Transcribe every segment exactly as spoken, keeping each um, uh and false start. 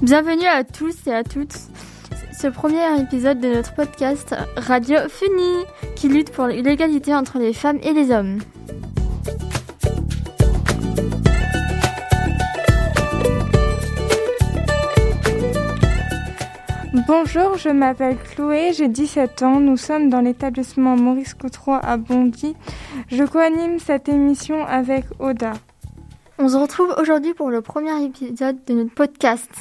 Bienvenue à tous et à toutes. Ce premier épisode de notre podcast Radio Funny, qui lutte pour l'égalité entre les femmes et les hommes. Bonjour, je m'appelle Chloé, j'ai dix-sept ans. Nous sommes dans l'établissement Maurice Coutreau à Bondy. Je co-anime cette émission avec Oda. On se retrouve aujourd'hui pour le premier épisode de notre podcast.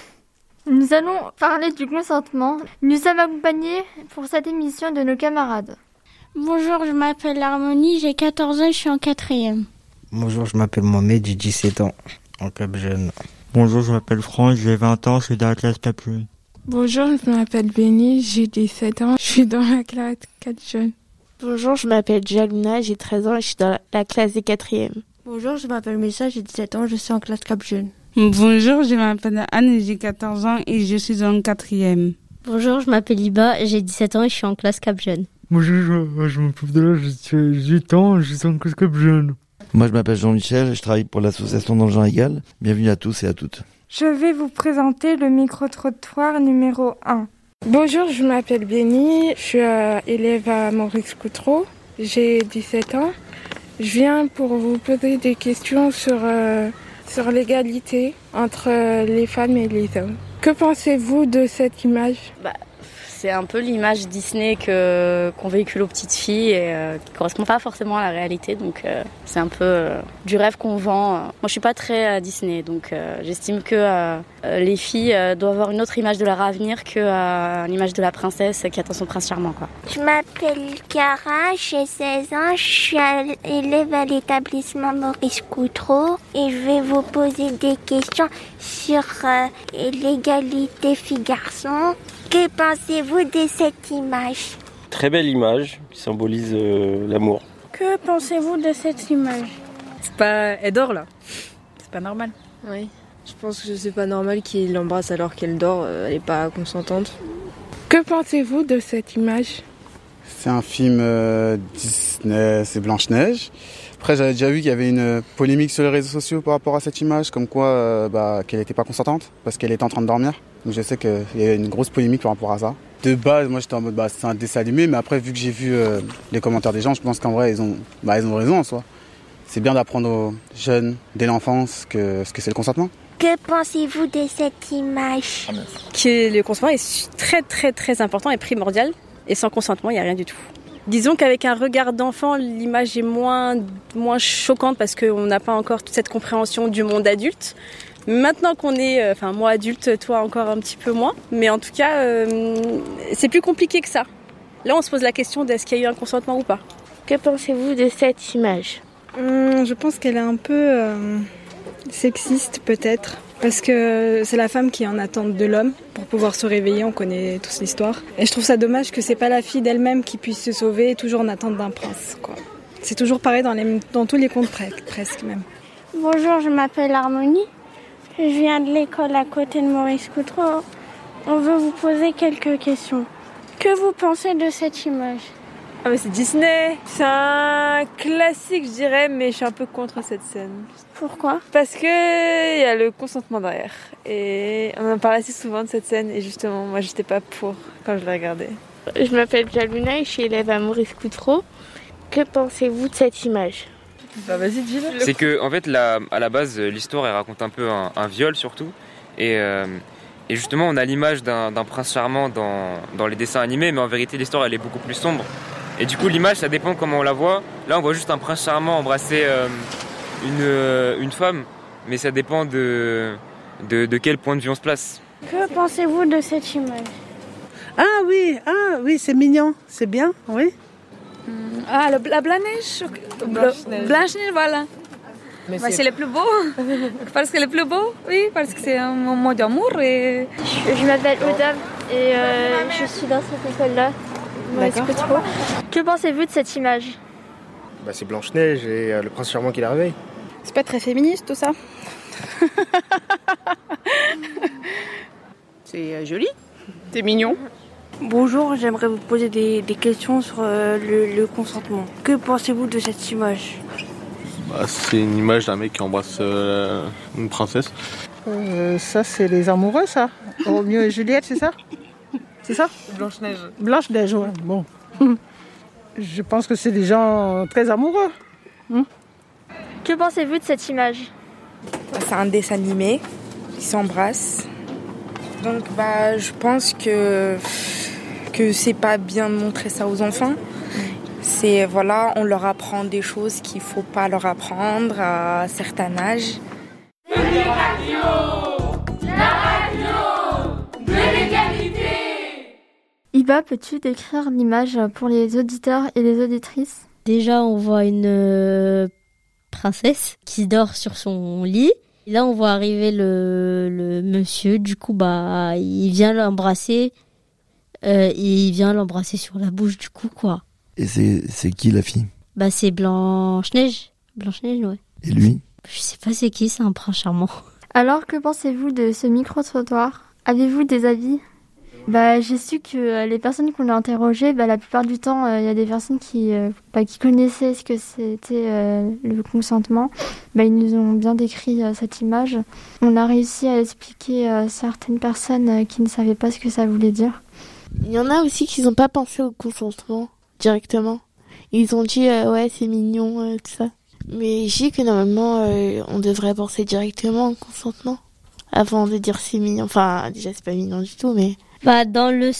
Nous allons parler du consentement. Nous sommes accompagnés pour cette émission de nos camarades. Bonjour, je m'appelle Harmonie, j'ai quatorze ans et je suis en quatrième. Bonjour, je m'appelle Mohamed, j'ai dix-sept ans, en Cap Jeune. Bonjour, je m'appelle France, j'ai vingt ans, je suis dans la classe Cap Jeune. Bonjour, je m'appelle Béni, j'ai dix-sept ans, je suis dans la classe quatre jeunes. Bonjour, je m'appelle Jaluna, j'ai treize ans et je suis dans la classe des quatrièmes. Bonjour, je m'appelle Messa, j'ai dix-sept ans, je suis en classe Cap Jeune. Bonjour, je m'appelle Anne, j'ai quatorze ans et je suis en quatrième. Bonjour, je m'appelle Iba, j'ai dix-sept ans et je suis en classe Cap Jeune. Bonjour, je, je m'appelle Abdallah, j'ai dix-huit ans et je suis en classe Cap Jeune. Moi, je m'appelle Jean-Michel, je travaille pour l'association Dans le genre égal. Bienvenue à tous et à toutes. Je vais vous présenter le micro-trottoir numéro un. Bonjour, je m'appelle Béni, je suis euh, élève à Maurice Coutreau, j'ai dix-sept ans. Je viens pour vous poser des questions sur, euh, sur l'égalité entre euh, les femmes et les hommes. Que pensez-vous de cette image ? Bah, c'est un peu l'image Disney que, qu'on véhicule aux petites filles et euh, qui ne correspond pas forcément à la réalité. Donc euh, c'est un peu euh, du rêve qu'on vend. Moi je ne suis pas très euh, Disney, donc euh, j'estime que euh, les filles euh, doivent avoir une autre image de leur avenir que euh, l'image de la princesse qui attend son prince charmant, quoi. Je m'appelle Cara, j'ai seize ans, je suis élève à l'établissement Maurice Coutreau et je vais vous poser des questions sur euh, l'égalité filles-garçons. Que pensez-vous de cette image ? Très belle image qui symbolise euh, l'amour. Que pensez-vous de cette image ? C'est pas... Elle dort là. C'est pas normal. Oui. Je pense que c'est pas normal qu'il l'embrasse alors qu'elle dort. Elle est pas consentante. Que pensez-vous de cette image ? C'est un film euh, Disney, c'est Blanche-Neige. Après, j'avais déjà vu qu'il y avait une polémique sur les réseaux sociaux par rapport à cette image, comme quoi euh, bah, qu'elle n'était pas consentante parce qu'elle était en train de dormir. Donc je sais qu'il y a une grosse polémique par rapport à ça. De base, moi j'étais en mode bah, c'est un dessin animé, mais après vu que j'ai vu euh, les commentaires des gens, je pense qu'en vrai ils ont, bah, ils ont raison en soi. C'est bien d'apprendre aux jeunes dès l'enfance que, ce que c'est le consentement. Que pensez-vous de cette image ? Que le consentement est très très très important et primordial, et sans consentement il n'y a rien du tout. Disons qu'avec un regard d'enfant, l'image est moins, moins choquante parce qu'on n'a pas encore toute cette compréhension du monde adulte. Maintenant qu'on est, enfin moi adulte, toi encore un petit peu moins, mais en tout cas, euh, c'est plus compliqué que ça. Là, on se pose la question de est-ce qu'il y a eu un consentement ou pas. Que pensez-vous de cette image ? hum, Je pense qu'elle est un peu euh, sexiste peut-être. Parce que c'est la femme qui est en attente de l'homme pour pouvoir se réveiller, on connaît tous l'histoire. Et je trouve ça dommage que c'est pas la fille d'elle-même qui puisse se sauver, toujours en attente d'un prince, quoi. C'est toujours pareil dans, les, dans tous les contes presque, presque même. Bonjour, je m'appelle Harmonie. Je viens de l'école à côté de Maurice Coutreau. On veut vous poser quelques questions. Que vous pensez de cette image ? Ah mais c'est Disney, c'est un classique je dirais, mais je suis un peu contre cette scène. Pourquoi ? Parce que il y a le consentement derrière et on en parle assez souvent de cette scène et justement moi j'étais pas pour quand je la regardais. Je m'appelle Jaluna et je suis élève à Maurice Coutreau. Que pensez-vous de cette image ? Bah vas-y dis-le. C'est que en fait la, à la base l'histoire elle raconte un peu un, un viol surtout et euh, et justement on a l'image d'un, d'un prince charmant dans dans les dessins animés, mais en vérité l'histoire elle est beaucoup plus sombre. Et du coup, l'image, ça dépend comment on la voit. Là, on voit juste un prince charmant embrasser euh, une, euh, une femme, mais ça dépend de, de, de quel point de vue on se place. Que pensez-vous de cette image ? Ah oui, ah oui, c'est mignon, c'est bien, oui. Ah, le, la Blanche-Neige. Blanche-Neige. Blanche-Neige, voilà. Mais bah, c'est... c'est le plus beau. Parce que le plus beau, oui, parce que c'est un mot d'amour. Et... Je, je m'appelle Oda et euh, je suis dans cette école-là. D'accord. Que pensez-vous de cette image ? Bah, c'est Blanche-Neige et euh, le prince charmant qui l'a réveille. C'est pas très féministe tout ça. C'est euh, joli, c'est mignon. Bonjour, j'aimerais vous poser des, des questions sur euh, le, le consentement. Que pensez-vous de cette image ? Bah, c'est une image d'un mec qui embrasse euh, une princesse. euh, Ça, c'est les amoureux, ça. Roméo et Juliette, c'est ça? C'est ça? Blanche-Neige. Blanche-Neige, ouais. Bon. Je pense que c'est des gens très amoureux. Hum. Que pensez-vous de cette image? C'est un dessin animé, ils s'embrassent. Donc bah, je pense que, que c'est pas bien de montrer ça aux enfants. C'est, voilà, on leur apprend des choses qu'il faut pas leur apprendre à un certain âge. De radio, la radio de l'égalité. Iba, peux-tu décrire l'image pour les auditeurs et les auditrices? Déjà, on voit une euh, princesse qui dort sur son lit. Et là, on voit arriver le, le monsieur. Du coup, bah, il vient l'embrasser. Euh, il vient l'embrasser sur la bouche, du coup, quoi. Et c'est, c'est qui la fille? Bah, c'est Blanche-Neige. Blanche-Neige, ouais. Et lui? Je sais pas c'est qui, c'est un prince charmant. Alors, que pensez-vous de ce micro-trottoir? Avez-vous des avis? Bah, j'ai su que euh, les personnes qu'on a interrogées, bah, la plupart du temps, il euh, y a des personnes qui, euh, bah, qui connaissaient ce que c'était euh, le consentement. Bah, ils nous ont bien décrit euh, cette image. On a réussi à expliquer à euh, certaines personnes euh, qui ne savaient pas ce que ça voulait dire. Il y en a aussi qui n'ont pas pensé au consentement directement. Ils ont dit euh, ouais, c'est mignon, euh, tout ça. Mais je dis que normalement, euh, on devrait penser directement au consentement avant de dire c'est mignon. Enfin, déjà, c'est pas mignon du tout, mais... Bah, dans le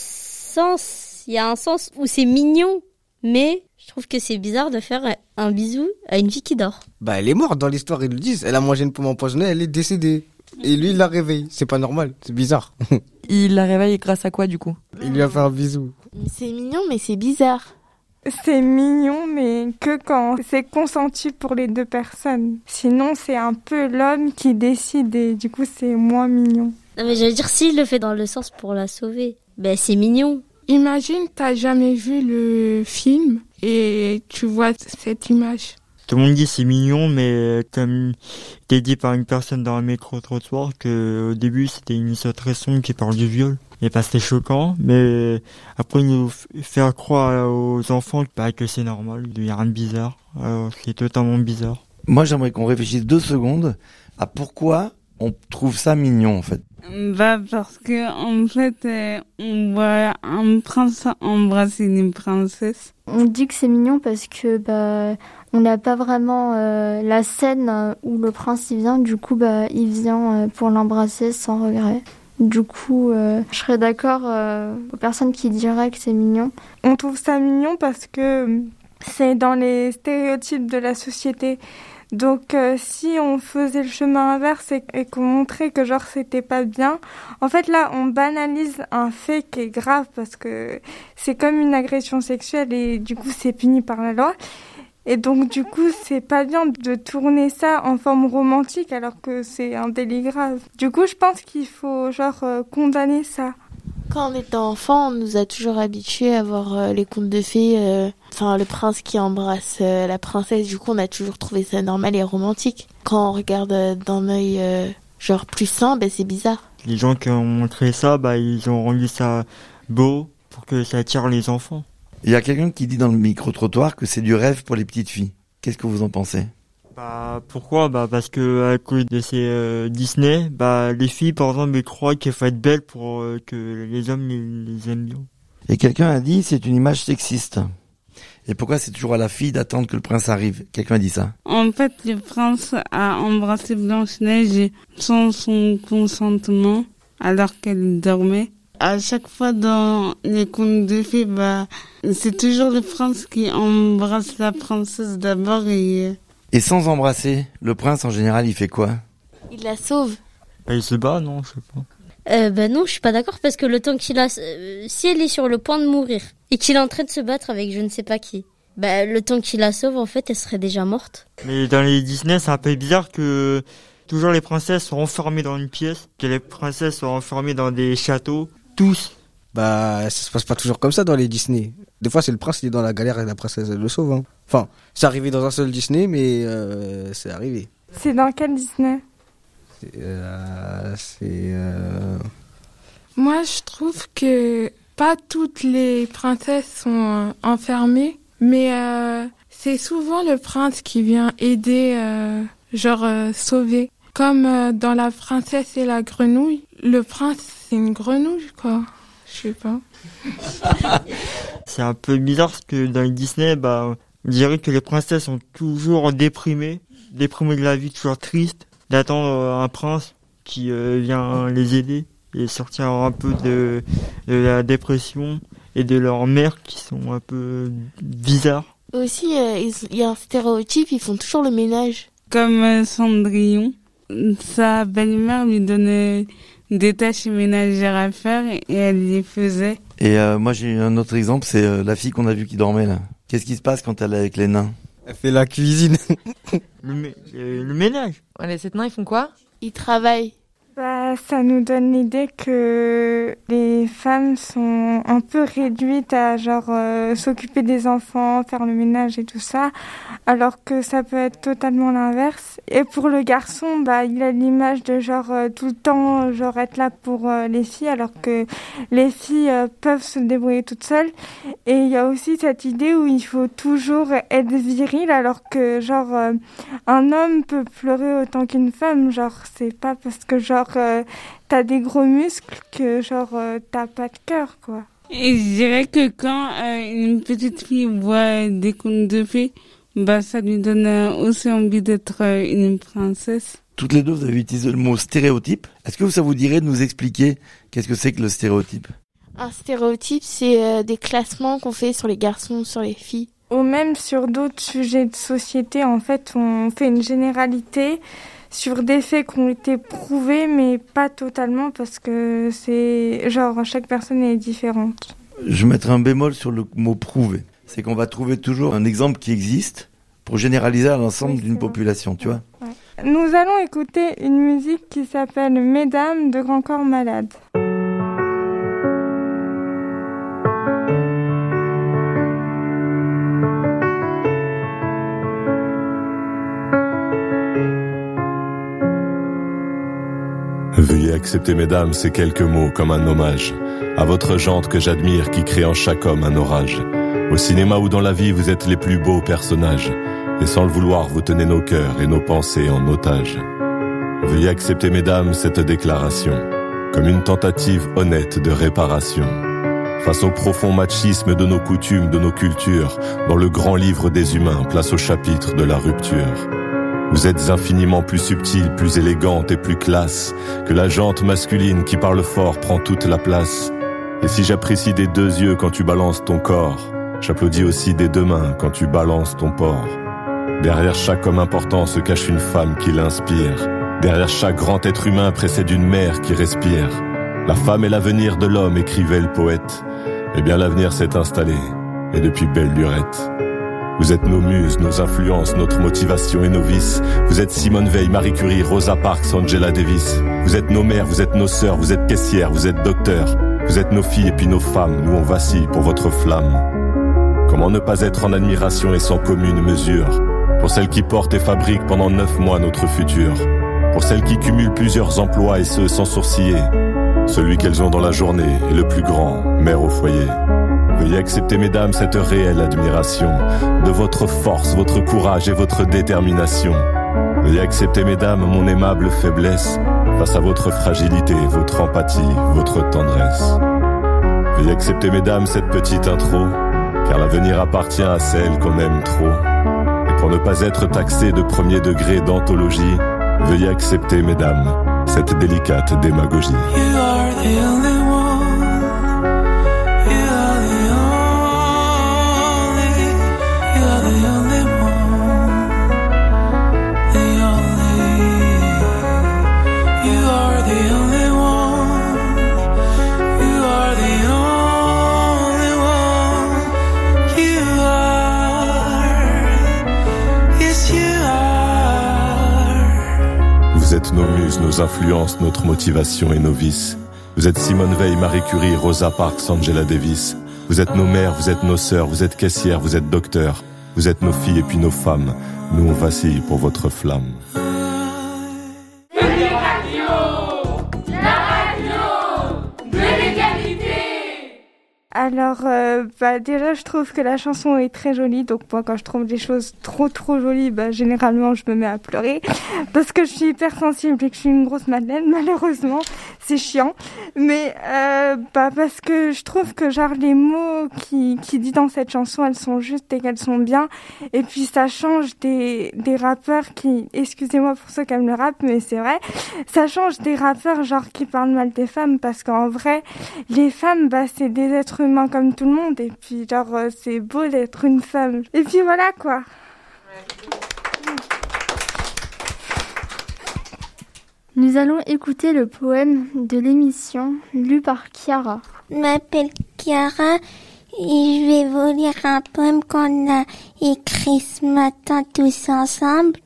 sens, il y a un sens où c'est mignon, mais je trouve que c'est bizarre de faire un bisou à une fille qui dort. Bah, elle est morte dans l'histoire, ils le disent. Elle a mangé une pomme empoisonnée, elle est décédée. Et lui, il la réveille. C'est pas normal, c'est bizarre. Il la réveille grâce à quoi, du coup? Il lui a fait un bisou. C'est mignon, mais c'est bizarre. C'est mignon, mais que quand c'est consenti pour les deux personnes. Sinon, c'est un peu l'homme qui décide et du coup, c'est moins mignon. Non, mais j'allais dire, s'il le fait dans le sens pour la sauver, ben c'est mignon. Imagine, t'as jamais vu le film et tu vois cette image. Tout le monde dit c'est mignon, mais comme t'es dit par une personne dans un micro-trottoir que au début c'était une histoire très sombre qui parle du viol. Et bah c'était choquant, mais après nous faire croire aux enfants bah, que c'est normal, il n'y a rien de bizarre, alors c'est totalement bizarre. Moi j'aimerais qu'on réfléchisse deux secondes à pourquoi on trouve ça mignon en fait. Bah parce que en fait euh, on voit un prince embrasser une princesse. On dit que c'est mignon parce que bah on n'a pas vraiment euh, la scène où le prince il vient, du coup bah il vient euh, pour l'embrasser sans regret. Du coup, euh, je serais d'accord euh, aux personnes qui diraient que c'est mignon. On trouve ça mignon parce que c'est dans les stéréotypes de la société. Donc, euh, si on faisait le chemin inverse et, et qu'on montrait que genre c'était pas bien, en fait là, on banalise un fait qui est grave parce que c'est comme une agression sexuelle et du coup c'est puni par la loi. Et donc, du coup, c'est pas bien de tourner ça en forme romantique alors que c'est un délit grave. Du coup, je pense qu'il faut, genre, euh, condamner ça. Quand on était enfant, on nous a toujours habitués à voir euh, les contes de fées, euh, enfin, le prince qui embrasse euh, la princesse. Du coup, on a toujours trouvé ça normal et romantique. Quand on regarde euh, d'un œil, euh, genre, plus sain, ben, c'est bizarre. Les gens qui ont montré ça, bah, ils ont rendu ça beau pour que ça attire les enfants. Il y a quelqu'un qui dit dans le micro-trottoir que c'est du rêve pour les petites filles. Qu'est-ce que vous en pensez? Bah pourquoi? Bah parce que à cause de ces euh, Disney, bah les filles par exemple elles croient qu'il faut être belle pour euh, que les hommes les, les aiment bien. Et quelqu'un a dit c'est une image sexiste. Et pourquoi c'est toujours à la fille d'attendre que le prince arrive? Quelqu'un a dit ça. En fait, le prince a embrassé Blanche-Neige sans son consentement alors qu'elle dormait. À chaque fois dans les contes de fées, bah, c'est toujours le prince qui embrasse la princesse d'abord et... Et sans embrasser, le prince en général il fait quoi? Il la sauve. Bah, il se bat, non, je sais pas. Euh, bah non, je suis pas d'accord parce que le temps qu'il a... Euh, si elle est sur le point de mourir et qu'il est en train de se battre avec je ne sais pas qui, bah le temps qu'il la sauve, en fait, elle serait déjà morte. Mais dans les Disney, c'est un peu bizarre que toujours les princesses sont enfermées dans une pièce, que les princesses sont enfermées dans des châteaux. Tous. Bah, ça se passe pas toujours comme ça dans les Disney. Des fois, c'est le prince qui est dans la galère et la princesse elle le sauve. Hein. Enfin, c'est arrivé dans un seul Disney, mais euh, c'est arrivé. C'est dans quel Disney? C'est... Euh, c'est euh... Moi, je trouve que pas toutes les princesses sont enfermées, mais euh, c'est souvent le prince qui vient aider, euh, genre euh, sauver. Comme euh, dans La princesse et la grenouille. Le prince, c'est une grenouille, quoi. Je sais pas. C'est un peu bizarre parce que dans les Disney, bah, on dirait que les princesses sont toujours déprimées, déprimées de la vie, toujours tristes, d'attendre euh, un prince qui euh, vient les aider et sortir un peu de, de la dépression et de leurs mères qui sont un peu bizarres. Aussi, il euh, y a un stéréotype, ils font toujours le ménage. Comme euh, Cendrillon, sa belle-mère lui donnait des tâches ménagères à faire et elle les faisait. Et euh, moi j'ai un autre exemple, c'est euh, la fille qu'on a vue qui dormait là. Qu'est-ce qui se passe quand elle est avec les nains? Elle fait la cuisine. le, mé- euh, le ménage. Ouais, les sept nains, ils font quoi? Ils travaillent. Bah, ça nous donne l'idée que les femmes sont un peu réduites à genre euh, s'occuper des enfants, faire le ménage et tout ça, alors que ça peut être totalement l'inverse. Et pour le garçon, bah, il a l'image de genre euh, tout le temps genre être là pour euh, les filles, alors que les filles euh, peuvent se débrouiller toutes seules. Et il y a aussi cette idée où il faut toujours être viril, alors que genre euh, un homme peut pleurer autant qu'une femme. Genre c'est pas parce que genre Euh, t'as des gros muscles que genre euh, t'as pas de cœur, quoi. Et je dirais que quand euh, une petite fille voit des contes de fées, bah ça lui donne euh, aussi envie d'être euh, une princesse. Toutes les deux, vous avez utilisé le mot stéréotype. Est-ce que ça vous dirait de nous expliquer qu'est-ce que c'est que le stéréotype? Un stéréotype, c'est euh, des classements qu'on fait sur les garçons, sur les filles. Ou même sur d'autres sujets de société, en fait, on fait une généralité sur des faits qui ont été prouvés, mais pas totalement, parce que c'est genre chaque personne est différente. Je mettrai un bémol sur le mot prouver. C'est qu'on va trouver toujours un exemple qui existe pour généraliser à l'ensemble oui, d'une vrai. population, tu vois. Ouais. Nous allons écouter une musique qui s'appelle Mesdames de Grand Corps Malade. Veuillez accepter, mesdames, ces quelques mots comme un hommage à votre jante que j'admire qui crée en chaque homme un orage. Au cinéma ou dans la vie, vous êtes les plus beaux personnages et sans le vouloir, vous tenez nos cœurs et nos pensées en otage. Veuillez accepter, mesdames, cette déclaration comme une tentative honnête de réparation face au profond machisme de nos coutumes, de nos cultures, dans le grand livre des humains, place au chapitre de la rupture. Vous êtes infiniment plus subtile, plus élégante et plus classe que la jante masculine qui parle fort prend toute la place. Et si j'apprécie des deux yeux quand tu balances ton corps, j'applaudis aussi des deux mains quand tu balances ton porc. Derrière chaque homme important se cache une femme qui l'inspire. Derrière chaque grand être humain précède une mère qui respire. La femme est l'avenir de l'homme, écrivait le poète. Eh bien l'avenir s'est installé, et depuis belle lurette. Vous êtes nos muses, nos influences, notre motivation et nos vices. Vous êtes Simone Veil, Marie Curie, Rosa Parks, Angela Davis. Vous êtes nos mères, vous êtes nos sœurs, vous êtes caissières, vous êtes docteurs. Vous êtes nos filles et puis nos femmes, nous on vacille pour votre flamme. Comment ne pas être en admiration et sans commune mesure pour celles qui portent et fabriquent pendant neuf mois notre futur. Pour celles qui cumulent plusieurs emplois et ce sans sourciller. Celui qu'elles ont dans la journée est le plus grand, mère au foyer. Veuillez accepter, mesdames, cette réelle admiration de votre force, votre courage et votre détermination. Veuillez accepter, mesdames, mon aimable faiblesse face à votre fragilité, votre empathie, votre tendresse. Veuillez accepter, mesdames, cette petite intro, car l'avenir appartient à celle qu'on aime trop. Et pour ne pas être taxé de premier degré d'anthologie, veuillez accepter, mesdames, cette délicate démagogie. You are the only one. Vous êtes nos muses, nos influences, notre motivation et nos vices. Vous êtes Simone Veil, Marie Curie, Rosa Parks, Angela Davis. Vous êtes nos mères, vous êtes nos sœurs, vous êtes caissières, vous êtes docteurs. Vous êtes nos filles et puis nos femmes. Nous on vacille pour votre flamme. À Alors, euh, bah, déjà, je trouve que la chanson est très jolie. Donc, moi, quand je trouve des choses trop, trop jolies, bah, généralement, je me mets à pleurer. Parce que je suis hyper sensible et que je suis une grosse madeleine, malheureusement. C'est chiant. Mais, euh, bah, parce que je trouve que, genre, les mots qui, qui dit dans cette chanson, elles sont justes et qu'elles sont bien. Et puis, ça change des, des rappeurs qui, excusez-moi pour ceux qui aiment le rap, mais c'est vrai, ça change des rappeurs, genre, qui parlent mal des femmes. Parce qu'en vrai, les femmes, bah, c'est des êtres humains comme tout le monde, et puis genre euh, c'est beau d'être une femme, et puis voilà quoi. Nous allons écouter le poème de l'émission lu par Chiara. Je m'appelle Chiara et je vais vous lire un poème qu'on a écrit ce matin tous ensemble.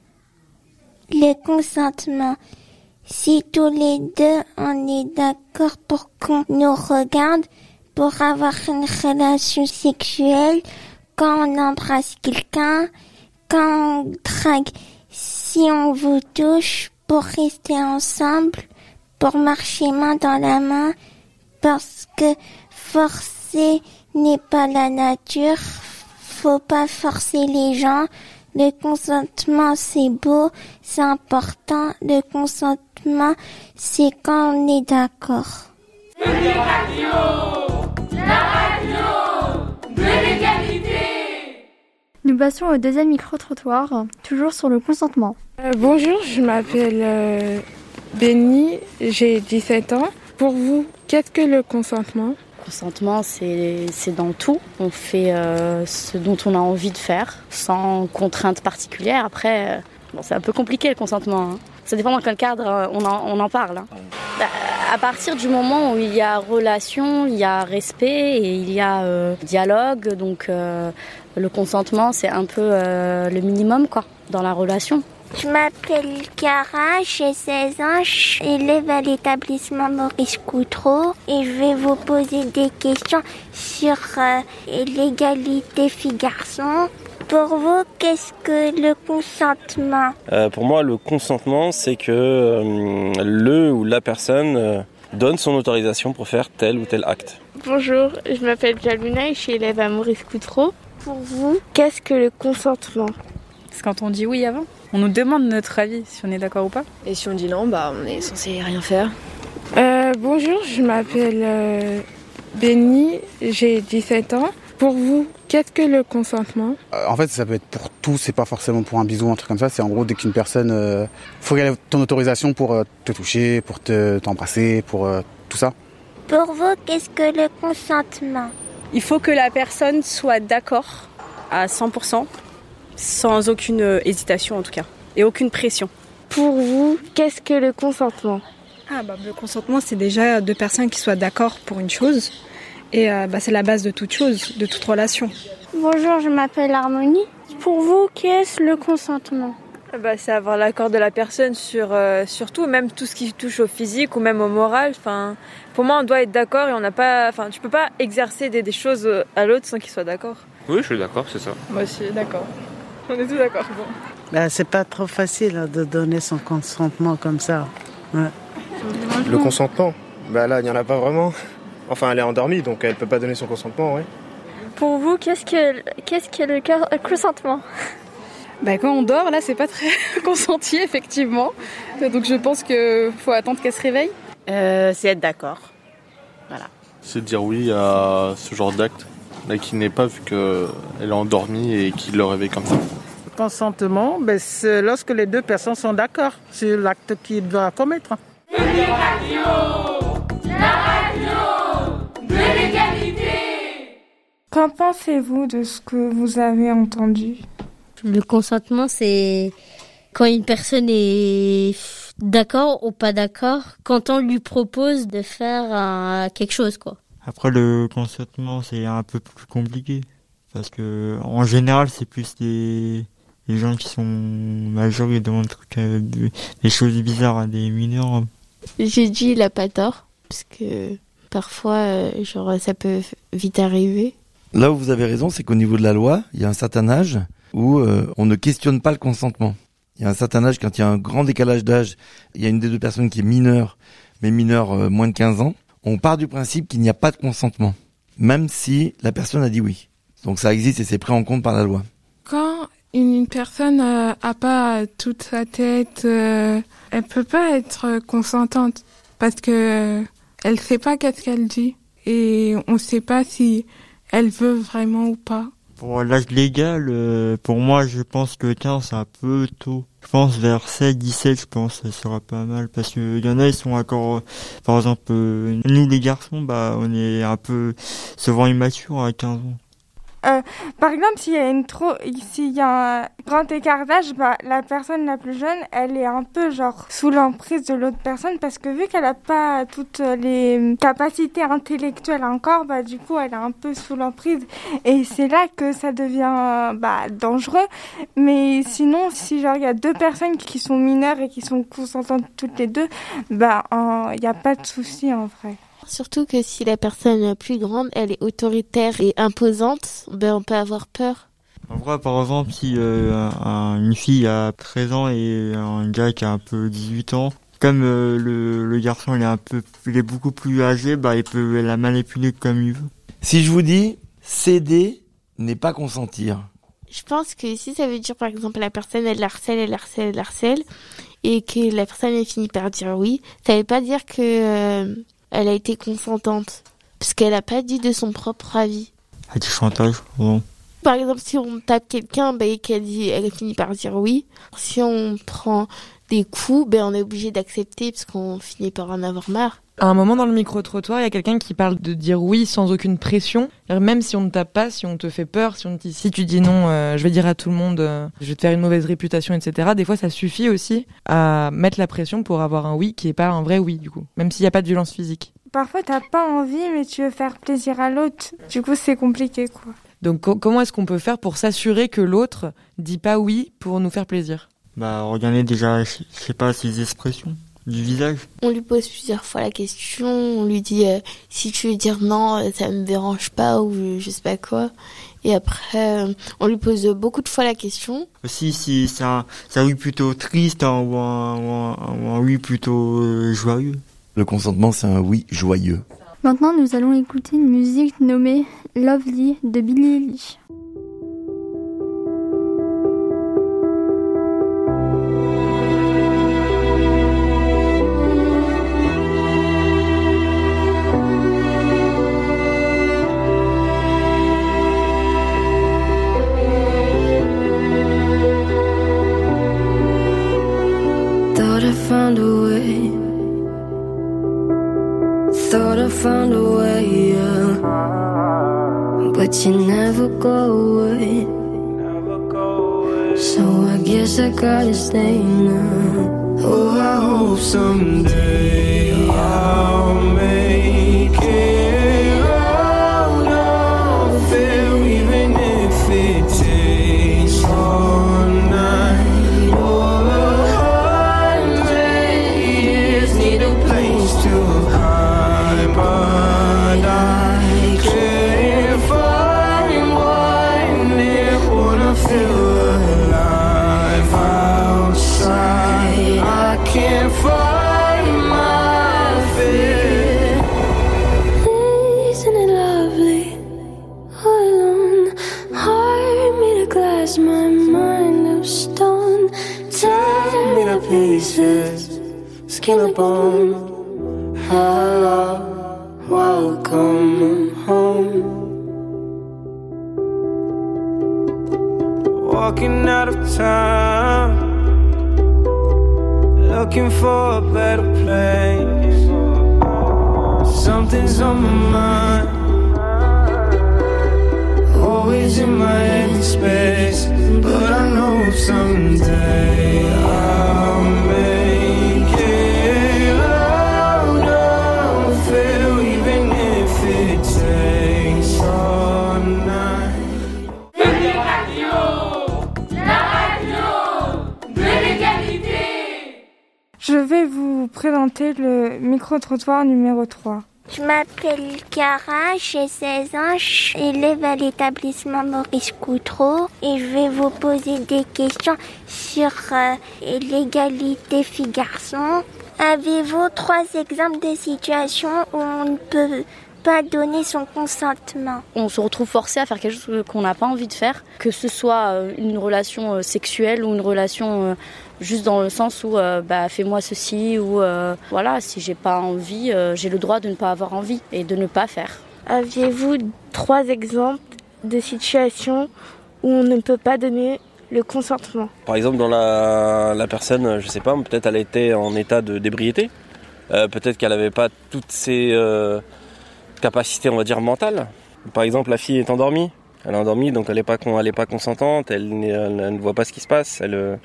Le consentement. Si tous les deux on est d'accord pour qu'on nous regarde, pour avoir une relation sexuelle, quand on embrasse quelqu'un, quand on drague, si on vous touche, pour rester ensemble, pour marcher main dans la main, parce que forcer n'est pas la nature, faut pas forcer les gens. Le consentement c'est beau, c'est important, le consentement c'est quand on est d'accord. La radio, la radio de l'égalité. Nous passons au deuxième micro-trottoir, toujours sur le consentement. Euh, bonjour, je m'appelle euh, Béni, j'ai dix-sept ans. Pour vous, qu'est-ce que le consentement ? Le consentement, c'est, c'est dans tout. On fait euh, ce dont on a envie de faire, sans contrainte particulière. Après, euh, bon, c'est un peu compliqué le consentement. Hein. Ça dépend dans quel cadre on en, on en parle. Hein. Bah, à partir du moment où il y a relation, il y a respect et il y a euh, dialogue, donc euh, le consentement, c'est un peu euh, le minimum quoi, dans la relation. Je m'appelle Chiara, j'ai seize ans, je suis élève à l'établissement Maurice Coutreau et je vais vous poser des questions sur euh, l'égalité filles-garçons. Pour vous, qu'est-ce que le consentement ? euh, Pour moi, le consentement, c'est que euh, le ou la personne euh, donne son autorisation pour faire tel ou tel acte. Bonjour, je m'appelle Jaluna et je suis élève à Maurice Coutreau. Pour vous, qu'est-ce que le consentement ? C'est quand on dit oui avant. On nous demande notre avis, si on est d'accord ou pas. Et si on dit non, bah on est censé rien faire. Euh, bonjour, je m'appelle euh, Béni, j'ai dix-sept ans. Pour vous, qu'est-ce que le consentement ? euh, En fait, ça peut être pour tout, c'est pas forcément pour un bisou ou un truc comme ça. C'est en gros dès qu'une personne... Euh, faut qu'elle ait ton autorisation pour euh, te toucher, pour te, t'embrasser, pour euh, tout ça. Pour vous, qu'est-ce que le consentement ? Il faut que la personne soit d'accord à cent pour cent. Sans aucune hésitation en tout cas, et aucune pression. Pour vous, qu'est-ce que le consentement ? Ah bah le consentement c'est déjà deux personnes qui soient d'accord pour une chose, et euh, bah, c'est la base de toute chose, de toute relation. Bonjour, je m'appelle Harmonie. Pour vous, qu'est-ce le consentement ? Bah, c'est avoir l'accord de la personne sur, euh, sur tout, même tout ce qui touche au physique ou même au moral. Enfin, pour moi, on doit être d'accord et on n'a pas, enfin, tu peux pas exercer des, des choses à l'autre sans qu'il soit d'accord. Oui, je suis d'accord, c'est ça. Moi aussi, d'accord. On est tous d'accord. Bon. Ben, c'est pas trop facile hein, de donner son consentement comme ça. Ouais. Le consentement, bah là, il n'y en a pas vraiment. Enfin, elle est endormie, donc elle peut pas donner son consentement, ouais. Pour vous, qu'est-ce que, qu'est-ce que le consentement ? Bah, quand on dort, là, c'est pas très consenti, effectivement. Donc je pense qu'il faut attendre qu'elle se réveille. Euh, c'est être d'accord. Voilà. C'est dire oui à ce genre d'acte. Là, qui n'est pas vu qu'elle est endormie et qu'il le réveille comme ça. Le consentement, ben, c'est lorsque les deux personnes sont d'accord sur l'acte qu'ils doivent commettre. La radio, la radio de l'égalité. Qu'en pensez-vous de ce que vous avez entendu ? Le consentement, c'est quand une personne est d'accord ou pas d'accord, quand on lui propose de faire euh, quelque chose, quoi. Après, le consentement, c'est un peu plus compliqué. Parce que, en général, c'est plus des, des gens qui sont majeurs et demandent des, des choses bizarres à des mineurs. J'ai dit, il a pas tort. Parce que, parfois, euh, genre, ça peut vite arriver. Là où vous avez raison, c'est qu'au niveau de la loi, il y a un certain âge où euh, on ne questionne pas le consentement. Il y a un certain âge, quand il y a un grand décalage d'âge, il y a une des deux personnes qui est mineure, mais mineure euh, moins de quinze ans, on part du principe qu'il n'y a pas de consentement. même si la personne a dit oui. Donc ça existe et c'est pris en compte par la loi. Quand une personne euh, a pas toute sa tête, euh, elle peut pas être consentante parce que euh, elle sait pas qu'est-ce qu'elle dit et on sait pas si elle veut vraiment ou pas. Pour l'âge légal, euh, pour moi, je pense que quinze, c'est un peu tôt. Je pense vers seize, dix-sept, je pense, ça sera pas mal. Parce que y en a, ils sont encore, euh, par exemple, euh, nous les garçons, bah, on est un peu souvent immatures à quinze ans. Euh, par exemple, s'il y a une trop, s'il y a un grand écart d'âge, bah, la personne la plus jeune, elle est un peu genre sous l'emprise de l'autre personne parce que vu qu'elle a pas toutes les capacités intellectuelles encore, bah, du coup, elle est un peu sous l'emprise et c'est là que ça devient, bah, dangereux. Mais sinon, si genre il y a deux personnes qui sont mineures et qui sont consentantes toutes les deux, bah, il n'y a pas de souci en vrai. Surtout que si la personne plus grande, elle est autoritaire et imposante, ben on peut avoir peur. En vrai, par exemple, si euh, un, une fille a treize ans et un gars qui a un peu dix-huit ans, comme euh, le, le garçon il est un peu, il est beaucoup plus âgé, bah il peut la manipuler comme il veut. Si je vous dis céder n'est pas consentir. Je pense que si ça veut dire par exemple la personne elle harcèle, elle harcèle, elle harcelle, et que la personne elle finit par dire oui, ça veut pas dire que euh, elle a été consentante, parce qu'elle a pas dit de son propre avis. Elle dit chantage, non. Par exemple, si on tape quelqu'un, ben, qu'elle dit, elle finit par dire oui. Si on prend des coups, ben, on est obligé d'accepter, parce qu'on finit par en avoir marre. À un moment dans le micro-trottoir, il y a quelqu'un qui parle de dire oui sans aucune pression. Même si on ne tape pas, si on te fait peur, si on te dit, si tu dis non, euh, je vais dire à tout le monde, euh, je vais te faire une mauvaise réputation, et cetera. Des fois, ça suffit aussi à mettre la pression pour avoir un oui qui est pas un vrai oui, du coup. Même s'il n'y a pas de violence physique. Parfois, t'as pas envie, mais tu veux faire plaisir à l'autre. Du coup, c'est compliqué, quoi. Donc, co- comment est-ce qu'on peut faire pour s'assurer que l'autre dit pas oui pour nous faire plaisir? Bah, regardez déjà, je sais pas, ses expressions du visage. On lui pose plusieurs fois la question, on lui dit euh, si tu veux dire non, euh, ça me dérange pas ou je, je sais pas quoi. Et après, euh, on lui pose beaucoup de fois la question. Si, si c'est un, c'est un oui plutôt triste hein, ou, un, ou, un, ou un oui plutôt euh, joyeux. Le consentement, c'est un oui joyeux. Maintenant, nous allons écouter une musique nommée Lovely de Billie Eilish. Thought I found a way. Thought I found a way, yeah. But you never go away. So I guess I gotta stay now. Oh, I hope someday I'll make it out of it, even if it takes all night or a hundred years. Need a place to hide, but I can't find one near. Wanna feel alive outside. I can't find my fear. Isn't it lovely? All alone, heart made of glass, my mind of stone. Tear me to pieces, skin and bone. Hello, welcome home. Walking out of town, looking for a better place. Something's on my mind, always in my head space. But I know someday I'll make it out of it, even if it takes all night. Peuple Radio, la radio de l'égalité. Je vais vous présenter le micro-trottoir numéro trois. Je m'appelle Cara, j'ai seize ans, je suis élève à l'établissement Maurice Coutreau et je vais vous poser des questions sur euh, l'égalité filles-garçons. Avez-vous trois exemples de situations où on ne peut pas donner son consentement. On se retrouve forcé à faire quelque chose qu'on n'a pas envie de faire, que ce soit une relation sexuelle ou une relation juste dans le sens où euh, bah, fais-moi ceci ou euh, voilà, si j'ai pas envie, euh, j'ai le droit de ne pas avoir envie et de ne pas faire. Aviez-vous trois exemples de situations où on ne peut pas donner le consentement? Par exemple, dans la, la personne, je sais pas, peut-être elle était en état de d'ébriété, euh, peut-être qu'elle n'avait pas toutes ses euh, capacités, on va dire, mentales. Par exemple, la fille est endormie, elle est endormie, donc elle n'est pas, elle est pas consentante, elle, elle, elle ne voit pas ce qui se passe, elle, euh,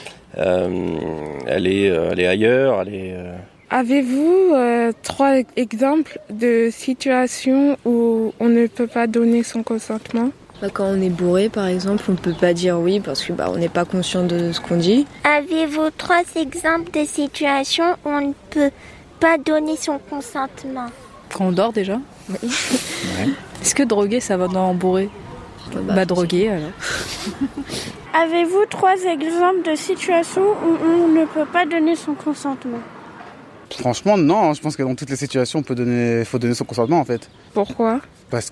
elle, est, elle est ailleurs, elle est... Euh... Avez-vous euh, trois exemples de situations où on ne peut pas donner son consentement? Bah, quand on est bourré, par exemple, on ne peut pas dire oui parce que bah, on n'est pas conscient de ce qu'on dit. Avez-vous trois exemples de situations où on ne peut pas donner son consentement? Quand on dort déjà. Oui. Ouais. Est-ce que droguer, ça va dans bourré? Bah, bah droguer alors. Avez-vous trois exemples de situations où on ne peut pas donner son consentement? Franchement, non. Je pense que dans toutes les situations, il faut donner, faut donner son consentement en fait. Pourquoi? Parce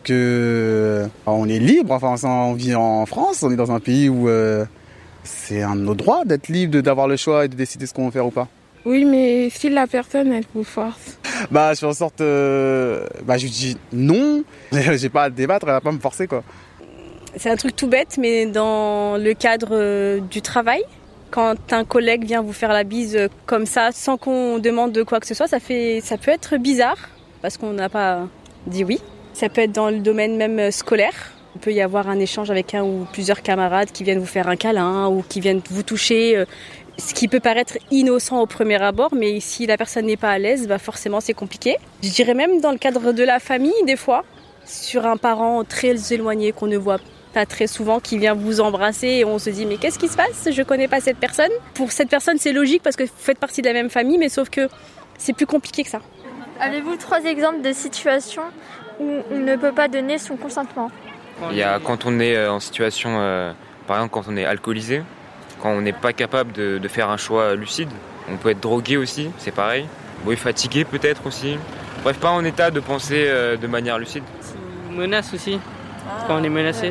que on est libre. Enfin, on vit en France. On est dans un pays où euh, c'est un de nos droits d'être libre, d'avoir le choix et de décider ce qu'on veut faire ou pas. Oui, mais si la personne, elle vous force. Bah, je fais en sorte. Euh, bah, je lui dis non. J'ai pas à débattre. Elle va pas me forcer quoi. C'est un truc tout bête, mais dans le cadre du travail. Quand un collègue vient vous faire la bise comme ça, sans qu'on demande de quoi que ce soit, ça, fait, ça peut être bizarre, parce qu'on n'a pas dit oui. Ça peut être dans le domaine même scolaire. Il peut y avoir un échange avec un ou plusieurs camarades qui viennent vous faire un câlin ou qui viennent vous toucher, ce qui peut paraître innocent au premier abord, mais si la personne n'est pas à l'aise, bah forcément c'est compliqué. Je dirais même dans le cadre de la famille, des fois, sur un parent très éloigné qu'on ne voit pas. Pas très souvent, qui vient vous embrasser et on se dit mais qu'est-ce qui se passe? Je connais pas cette personne. Pour cette personne c'est logique parce que vous faites partie de la même famille, mais sauf que c'est plus compliqué que ça. Avez-vous trois exemples de situations où on ne peut pas donner son consentement? Il y a quand on est en situation, euh, par exemple quand on est alcoolisé, quand on n'est pas capable de, de faire un choix lucide, on peut être drogué aussi, c'est pareil. Oui, fatigué peut-être aussi. Bref, pas en état de penser euh, de manière lucide. Menace aussi, quand on est menacé.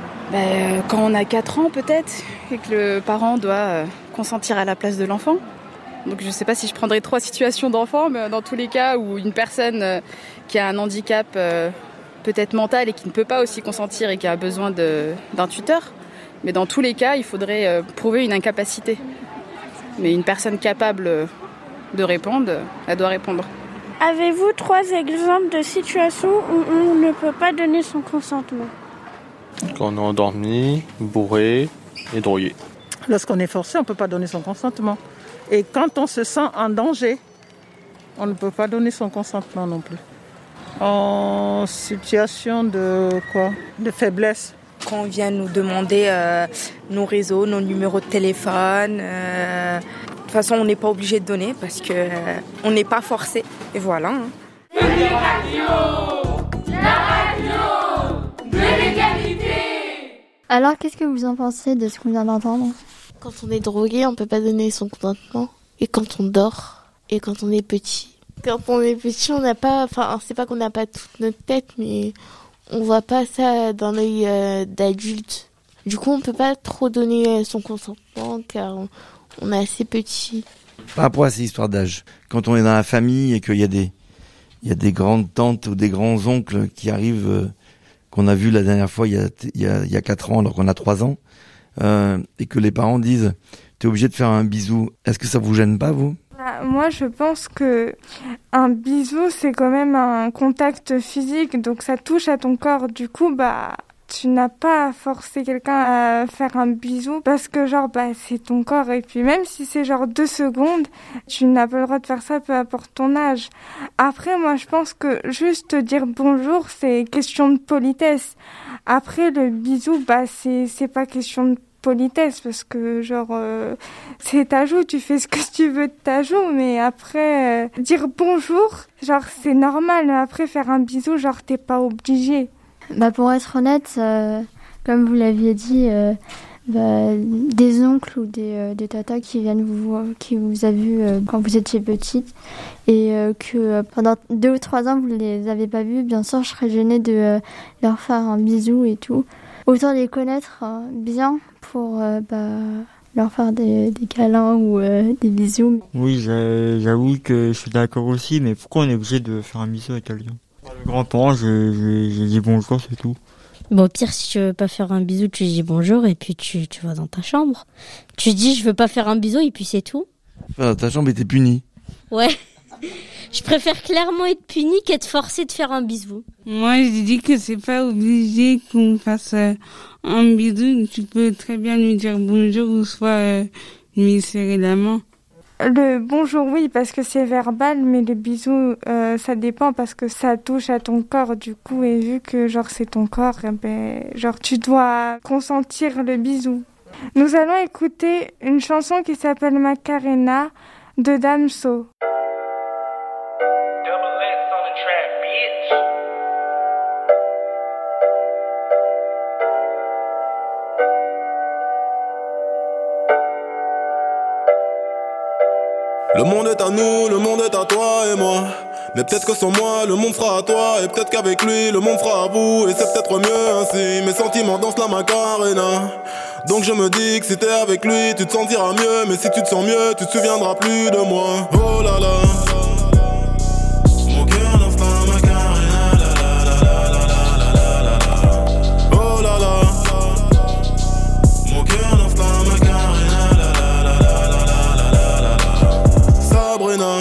Ben, quand on a quatre ans peut-être, et que le parent doit euh, consentir à la place de l'enfant. Donc je ne sais pas si je prendrais trois situations d'enfants, mais dans tous les cas où une personne euh, qui a un handicap euh, peut-être mental et qui ne peut pas aussi consentir et qui a besoin de, d'un tuteur, mais dans tous les cas, il faudrait euh, prouver une incapacité. Mais une personne capable de répondre, elle doit répondre. Avez-vous trois exemples de situations où on ne peut pas donner son consentement? Quand on est endormi, bourré et drogué. Lorsqu'on est forcé, on ne peut pas donner son consentement. Et quand on se sent en danger, on ne peut pas donner son consentement non plus. En situation de quoi? De faiblesse. Quand on vient nous demander euh, nos réseaux, nos numéros de téléphone, euh, de toute façon on n'est pas obligé de donner parce qu'on euh, n'est pas forcé. Et voilà. Hein. Alors, qu'est-ce que vous en pensez de ce qu'on vient d'entendre? Quand on est drogué, on peut pas donner son consentement. Et quand on dort, et quand on est petit. Quand on est petit, on n'a pas, enfin, c'est pas qu'on n'a pas toute notre tête, mais on voit pas ça dans l'œil euh, d'adulte. Du coup, on peut pas trop donner son consentement, car on, on est assez petit. Par rapport à ces histoires d'âge, quand on est dans la famille et qu'il y a des, il y a des grandes tantes ou des grands oncles qui arrivent, euh, qu'on a vu la dernière fois il y a, il y a, il y a quatre ans alors qu'on a trois ans, euh, et que les parents disent t'es obligé de faire un bisou, est-ce que ça vous gêne pas vous? Bah, moi je pense que un bisou c'est quand même un contact physique, donc ça touche à ton corps, du coup bah tu n'as pas à forcer quelqu'un à faire un bisou parce que genre bah c'est ton corps, et puis même si c'est genre deux secondes, tu n'as pas le droit de faire ça peu importe ton âge. Après moi je pense que juste dire bonjour c'est question de politesse. Après le bisou bah c'est c'est pas question de politesse parce que genre euh, c'est ta joue, tu fais ce que tu veux de ta joue, mais après euh, dire bonjour genre c'est normal, mais après faire un bisou genre t'es pas obligé. Bah pour être honnête, euh, comme vous l'aviez dit, euh, bah, des oncles ou des, euh, des tatas qui viennent vous voir, qui vous a vu euh, quand vous étiez petite et euh, que euh, pendant deux ou trois ans vous les avez pas vus, bien sûr je serais gênée de euh, leur faire un bisou et tout. Autant les connaître euh, bien pour euh, bah, leur faire des, des câlins ou euh, des bisous. Oui, j'avoue que je suis d'accord aussi, mais pourquoi on est obligé de faire un bisou avec quelqu'un? Le grand-parent, je, je, je dis bonjour, c'est tout. Bon, au pire, si tu veux pas faire un bisou, tu dis bonjour et puis tu, tu vas dans ta chambre. Tu dis je veux pas faire un bisou et puis c'est tout. Enfin, ta chambre était punie. Ouais. Je préfère clairement être punie qu'être forcée de faire un bisou. Moi, je dis que c'est pas obligé qu'on fasse euh, un bisou. Tu peux très bien lui dire bonjour ou soit euh, lui serrer la main. Le bonjour, oui, parce que c'est verbal, mais le bisou, euh, ça dépend parce que ça touche à ton corps, du coup, et vu que, genre, c'est ton corps, ben, genre, tu dois consentir le bisou. Nous allons écouter une chanson qui s'appelle Macarena de Damso. Le monde est à nous, le monde est à toi et moi. Mais peut-être que sans moi, le monde sera à toi. Et peut-être qu'avec lui, le monde sera à vous. Et c'est peut-être mieux ainsi, mes sentiments dansent la Macarena. Donc je me dis que si t'es avec lui, tu te sentiras mieux. Mais si tu te sens mieux, tu te souviendras plus de moi. Oh là là. Mon cœur danse la Macarena, la la la la la la la la. Oh là là. Mon cœur danse la Macarena, la la la la la la la la. Sabrina.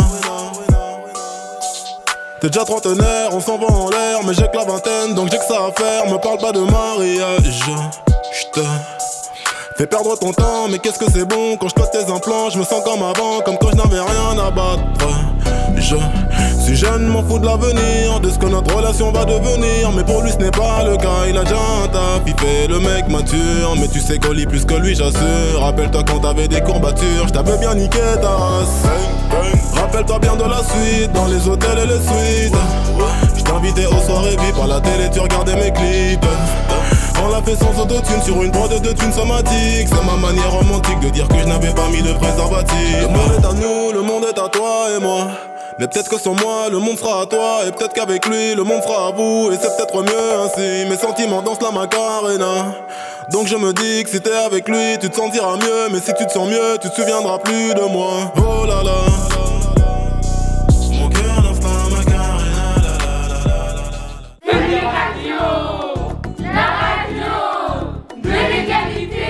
T'es déjà trentenaire, on s'en va en l'air. Mais j'ai que la vingtaine, donc j'ai que ça à faire. Me parle pas de mariage. J'te fais perdre ton temps, mais qu'est-ce que c'est bon. Quand je cote tes implants, je me sens comme avant. Comme quand je n'avais rien à battre. Je suis jeune, m'en fous de l'avenir, de ce que notre relation va devenir. Mais pour lui ce n'est pas le cas, il a déjà un taf. Il fait le mec mature, mais tu sais qu'on lit plus que lui, j'assure. Rappelle-toi quand t'avais des courbatures, je t'avais bien niqué ta race. Rappelle-toi bien de la suite, dans les hôtels et les suites. Je t'invitais aux soirées V I P, à la télé tu regardais mes clips. On l'a fait sans autotune sur une prod de thunes somatiques. C'est ma manière romantique de dire que je n'avais pas mis de préservatif. Le monde est à nous, le monde est à toi et moi. Mais peut-être que sans moi, le monde sera à toi. Et peut-être qu'avec lui, le monde sera à vous. Et c'est peut-être mieux ainsi, mes sentiments dansent la Macarena. Donc je me dis que si t'es avec lui, tu te sentiras mieux. Mais si tu te sens mieux, tu te souviendras plus de moi. Oh là là. Mon cœur danse la Macarena, la la la la la. Public Radio, la radio de l'égalité.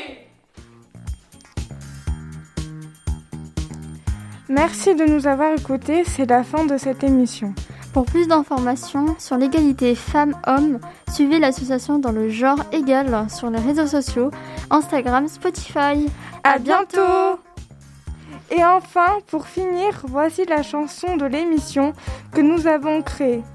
Merci de nous avoir écoutés, c'est la fin de cette émission. Pour plus d'informations sur l'égalité femmes-hommes, suivez l'association dans le genre égal sur les réseaux sociaux, Instagram, Spotify. À bientôt! Et enfin, pour finir, voici la chanson de l'émission que nous avons créée.